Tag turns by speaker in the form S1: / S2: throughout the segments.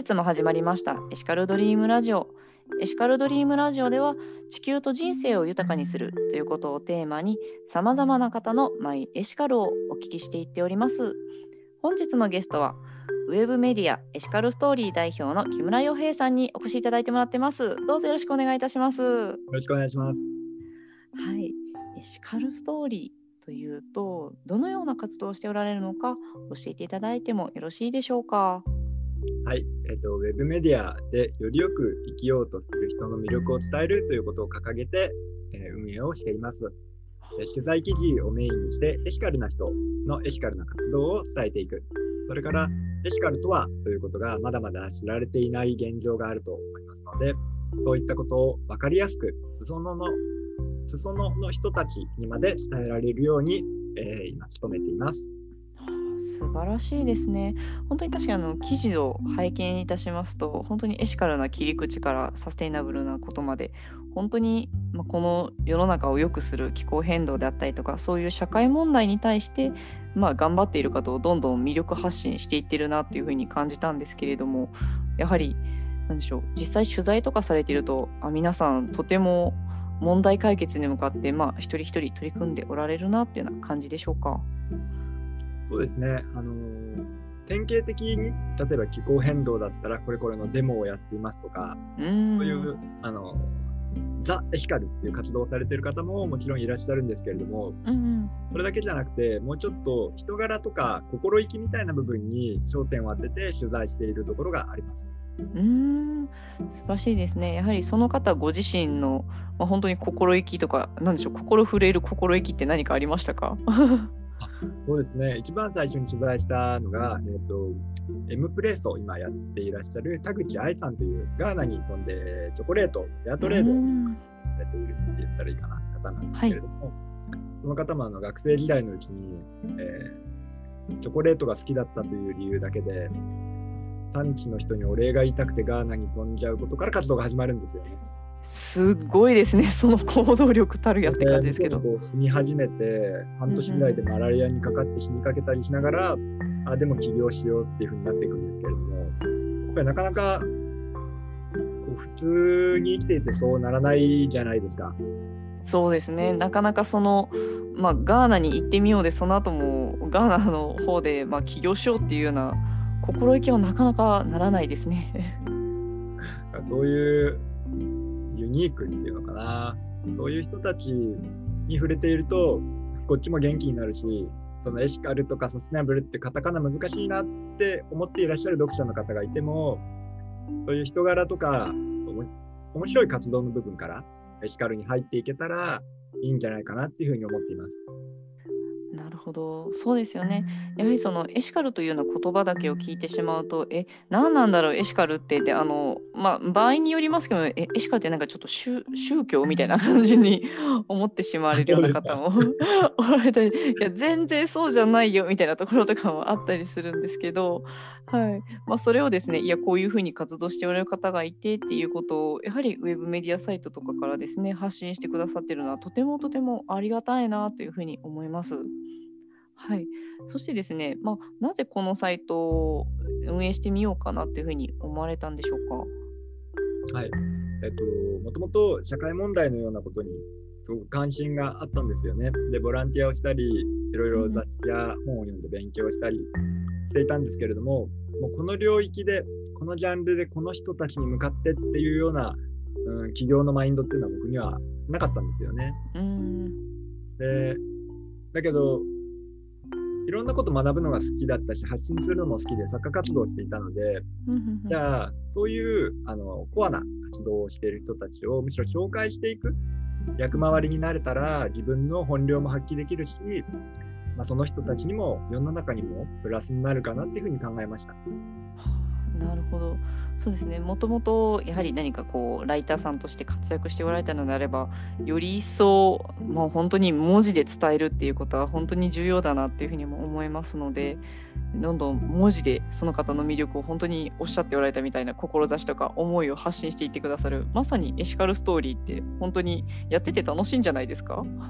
S1: 日も始まりましたエシカルドリームラジオ。エシカルドリームラジオでは地球と人生を豊かにするということをテーマにさまざまな方のマイエシカルをお聞きしていっております。本日のゲストはウェブメディアエシカルストーリー代表の木村洋平さんにお越しいただいてもらってます。どうぞよろしくお願いいたします。
S2: よろしくお願いします。
S1: はい、エシカルストーリーというとどのような活動をしておられるのか教えていただいてもよろしいでしょうか。
S2: はい、ウェブメディアでよりよく生きようとする人の魅力を伝えるということを掲げて、運営をしています。取材記事をメインにしてエシカルな人のエシカルな活動を伝えていく。それからエシカルとはということがまだまだ知られていない現状があると思いますので、そういったことを分かりやすく裾野の人たちにまで伝えられるように、今努めています。
S1: 素晴らしいですね。本当に確かに記事を拝見いたしますと本当にエシカルな切り口からサステイナブルなことまで本当に、この世の中を良くする気候変動であったりとかそういう社会問題に対して、頑張っている方をどんどん魅力発信していってるなっていうふうに感じたんですけれども、やはり何でしょう、実際取材とかされていると皆さんとても問題解決に向かって一人一人取り組んでおられるなっていうような感じでしょうか。
S2: そうですね、典型的に例えば気候変動だったらこれのデモをやっていますとか、そういうザ・エシカルっていう活動をされている方ももちろんいらっしゃるんですけれども、それだけじゃなくてもうちょっと人柄とか心意気みたいな部分に焦点を当てて取材しているところがあります。
S1: 素晴らしいですね。やはりその方ご自身の、本当に心意気とか何でしょう、心震える心意気って何かありましたか？
S2: そうですね、一番最初に取材したのが、Mプレースを今やっていらっしゃる田口愛さんというガーナに飛んでチョコレート、フェアトレードをされているって言ったらいいかな方なんですけれども、その方も学生時代のうちに、チョコレートが好きだったという理由だけで産地の人にお礼が言いたくてガーナに飛んじゃうことから活動が始まるんですよね。
S1: すごいですね、その行動力たるやって感じですけど。
S2: 死に始めて半年ぐらいでマラリアにかかって死にかけたりしながら、でも起業しようっていう風になっていくんですけれども、やっぱりなかなか普通に生きていてそうならないじゃないですか。
S1: そうですね、なかなかガーナに行ってみようでその後もガーナの方で起業しようっていうような心意気はなかなかならないですね。
S2: そういうユニークっていうのかな、そういう人たちに触れているとこっちも元気になるし、そのエシカルとかサステナブルってカタカナ難しいなって思っていらっしゃる読者の方がいても、そういう人柄とか面白い活動の部分からエシカルに入っていけたらいいんじゃないかなっていうふうに思っています。
S1: なるほど、そうですよね。やはりそのエシカルというような言葉だけを聞いてしまうと何なんだろうエシカルって場合によりますけどエシカルってなんかちょっと宗教みたいな感じに思ってしまわれるような方もおられたり、いや全然そうじゃないよみたいなところとかもあったりするんですけど、それをですね、こういうふうに活動しておられる方がいてっていうことをやはりウェブメディアサイトとかからですね発信してくださっているのはとてもありがたいなというふうに思います。そしてですね、なぜこのサイトを運営してみようかなというふうに思われたんでしょうか？
S2: もともと社会問題のようなことにすごく関心があったんですよね。で、ボランティアをしたり、いろいろ雑誌や本を読んで勉強したりしていたんですけれども、もうこの領域で、このジャンルでこの人たちに向かってっていうような、企業のマインドっていうのは僕にはなかったんですよね。で、だけどいろんなこと学ぶのが好きだったし発信するのも好きで作家活動をしていたので、じゃあそういうコアな活動をしている人たちをむしろ紹介していく役回りになれたら自分の本領も発揮できるし、その人たちにも世の中にもプラスになるかなっていうふうに考えました。
S1: なるほど、そうですね。もともとやはり何かライターさんとして活躍しておられたのであればより一層、本当に文字で伝えるっていうことは本当に重要だなっていうふうにも思いますので、どんどん文字でその方の魅力を本当におっしゃっておられたみたいな志とか思いを発信していってくださる、まさにエシカルストーリーって本当にやってて楽しいんじゃないですか？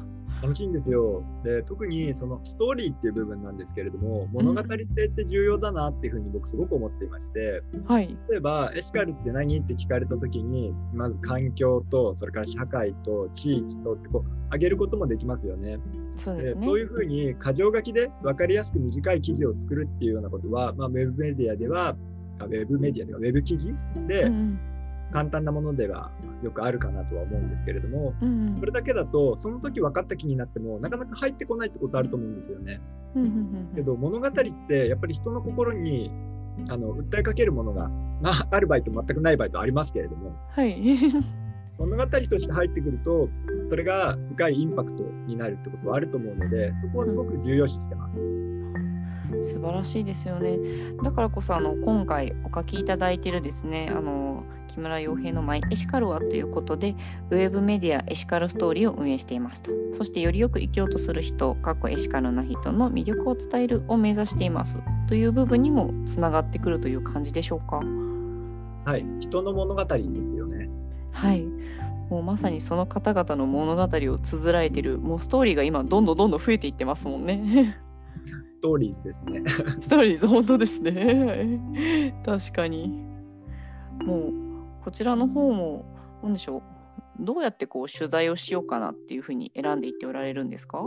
S2: 楽しいんですよ。で、特にそのストーリーっていう部分なんですけれども、物語性って重要だなっていうふうに僕すごく思っていまして、
S1: はい。
S2: 例えばエシカルって何って聞かれた時に、まず環境と、それから社会と地域とってこう挙げることもできますよね。
S1: そうですね。
S2: そういうふうに箇条書きで分かりやすく短い記事を作るっていうようなことは、ウェブメディアでは、ウェブ記事で簡単なものではよくあるかなとは思うんですけれども、それだけだとその時分かった気になってもなかなか入ってこないってことあると思うんですよね。けど物語ってやっぱり人の心に訴えかけるものが、ある場合と全くない場合とありますけれども、
S1: はい。
S2: 物語として入ってくるとそれが深いインパクトになるってことはあると思うので、そこはすごく重要視してます。
S1: 素晴らしいですよね。だからこそ今回お書きいただいているですね、木村洋平のマイエシカルはということで、ウェブメディアエシカルストーリーを運営していますと。そしてよりよく生きようとする人、エシカルな人の魅力を伝えるを目指していますという部分にもつながってくるという感じでしょうか。
S2: はい、人の物語ですよね。
S1: はい。もうまさにその方々の物語を綴られている、もうストーリーが今どんどん増えていってますもんね。
S2: ストーリーズですね。
S1: ストーリーズ、本当ですね。確かに。もうこちらの方も何でしょう、どうやって取材をしようかなっていうふうに選んでいっておられるんですか？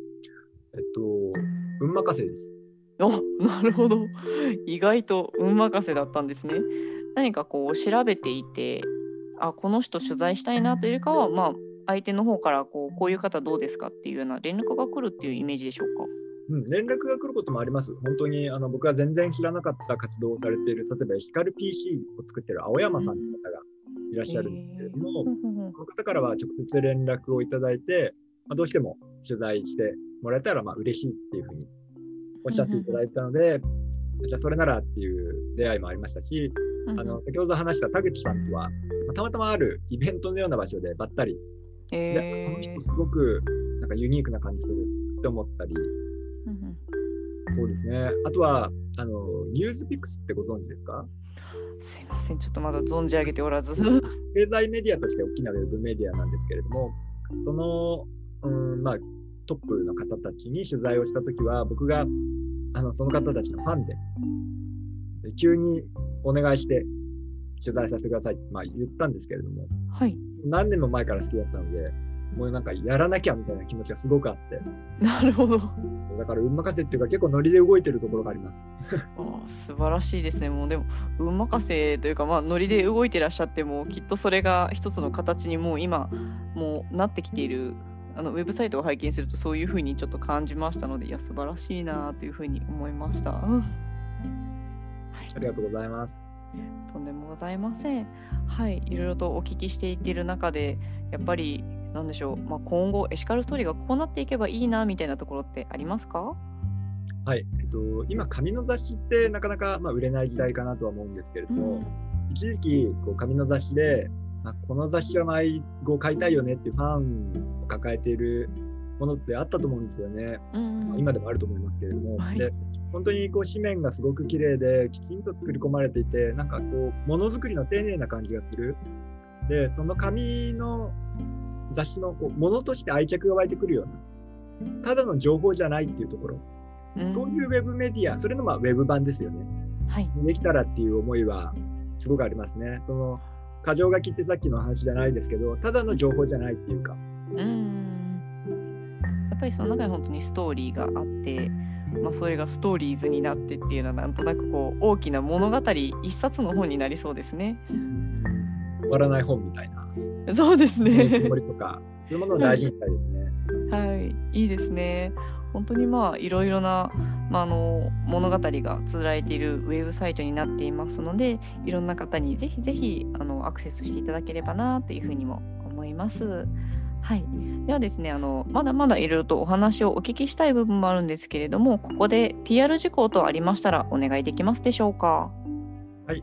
S2: 運任せです。
S1: なるほど。意外と運任せだったんですね。何か調べていて、この人取材したいなというよりかは、相手の方からこういう方どうですかっていうような連絡が来るっていうイメージでしょうか？
S2: 連絡が来ることもあります。本当に僕は全然知らなかった活動をされている、例えばエシカル PC を作っている青山さんという方がいらっしゃるんですけれども、その方からは直接連絡をいただいて、どうしても取材してもらえたら嬉しいっていうふうにおっしゃっていただいたので、じゃあそれならっていう出会いもありましたし、先ほど話した田口さんとは、たまたまあるイベントのような場所でばったり、でこの人すごくなんかユニークな感じするって思ったり、そうですね。あとはニュースピックスってご存知ですか？
S1: すいません、ちょっとまだ存じ上げておらず。
S2: 経済メディアとして大きなウェブメディアなんですけれども、その、トップの方たちに取材をしたときは、僕がその方たちのファンで、急にお願いして取材させてくださいって、言ったんですけれども、
S1: はい、
S2: 何年も前から好きだったので、もうなんかやらなきゃみたいな気持ちがすごくあって。
S1: なるほど。
S2: だから運任せっていうか結構ノリで動いてるところがあります。
S1: 素晴らしいですね。もうでも運任せというか、ノリで動いてらっしゃってもきっとそれが一つの形にもう今もうなってきている。ウェブサイトを拝見するとそういうふうにちょっと感じましたので、いや素晴らしいなというふうに思いました。はい、
S2: ありがとうございます。
S1: とんでもございません。はい、いろいろとお聞きしていっている中で、やっぱりなんでしょう、今後エシカルストーリーがこうなっていけばいいなみたいなところってありますか？
S2: はい、今紙の雑誌ってなかなか売れない時代かなとは思うんですけれども、一時期紙の雑誌で、この雑誌は毎号買いたいよねっていうファンを抱えているものってあったと思うんですよね。今でもあると思いますけれども、で本当に紙面がすごく綺麗できちんと作り込まれていて、なんかものづくりの丁寧な感じがする。でその紙の雑誌のものとして愛着が湧いてくるような、ただの情報じゃないっていうところ、そういうウェブメディア、それのウェブ版ですよね。はい、できたらっていう思いはすごくありますね。その箇条書きってさっきの話じゃないですけど、ただの情報じゃないっていうか。や
S1: っぱりその中に本当にストーリーがあって、それがストーリーズになってっていうのはなんとなく大きな物語一冊の本になりそうですね。
S2: 終わらない本みたいな。
S1: そうですね。
S2: 森とかそういうものを大事にしたいですね。
S1: はい、いいですね。本当にいろいろな、物語が綴られているウェブサイトになっていますので、いろんな方にぜひぜひアクセスしていただければなというふうにも思います。はい、ではですね、まだまだいろいろとお話をお聞きしたい部分もあるんですけれども、ここで PR 事項とありましたらお願いできますでしょうか？
S2: はい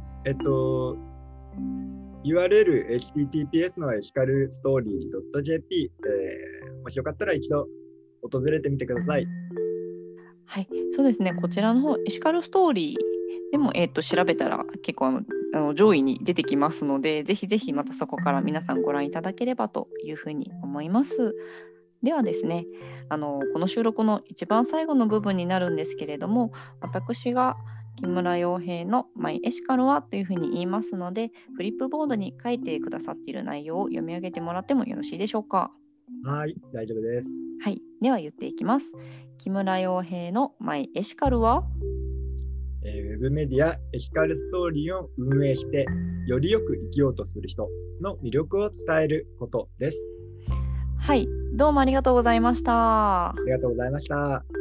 S2: 、URL https のエシカルストーリー .jp、もしよかったら一度訪れてみてください。
S1: はい、そうですね。こちらの方エシカルストーリーでも、調べたら結構上位に出てきますので、ぜひぜひまたそこから皆さんご覧いただければというふうに思います。 ではですね、この収録の一番最後の部分になるんですけれども、私が木村洋平のマイエシカルはというふうに言いますので、フリップボードに書いてくださっている内容を読み上げてもらってもよろしいでしょうか。
S2: はい、大丈夫です。
S1: はい、では言っていきます。木村洋平のマイエシカルは、
S2: ウェブメディアエシカルストーリーを運営してよりよく生きようとする人の魅力を伝えることです。
S1: はい、どうもありがとうございました。
S2: ありがとうございました。